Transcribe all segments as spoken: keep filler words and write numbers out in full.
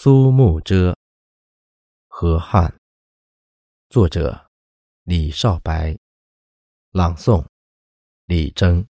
苏幕遮，河汉，作者李少白，朗诵李征。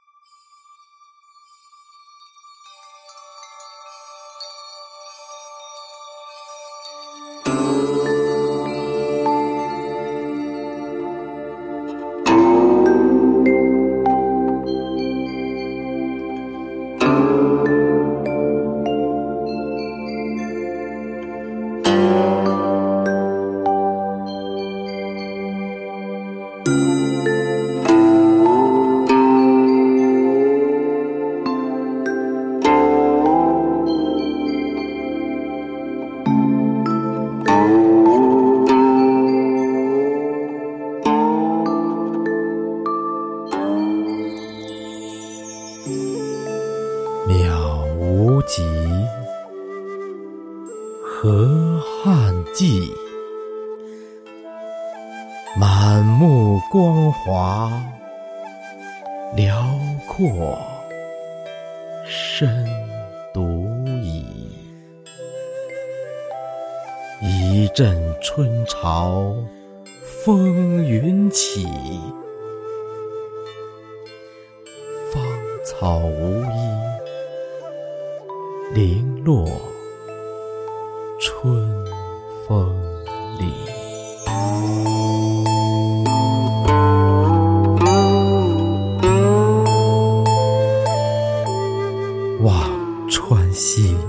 渺无极，河汉纪，满目光华，辽阔深独矣。一阵春潮，风云起，芳草无依，零落春风里。望川西，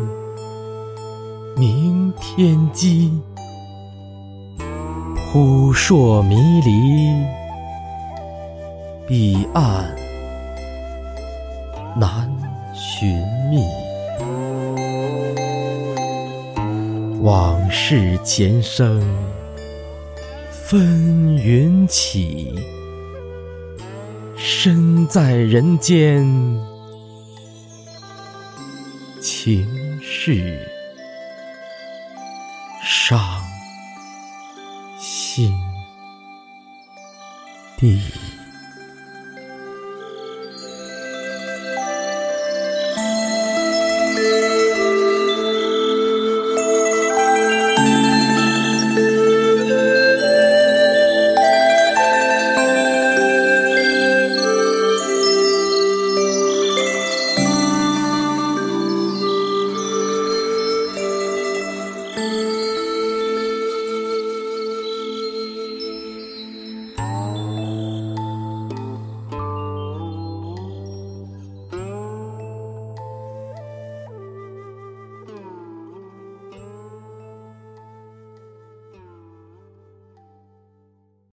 明天机，扑朔迷离，彼岸难寻觅。往事前生，纷云起，身在人间，情是伤心地。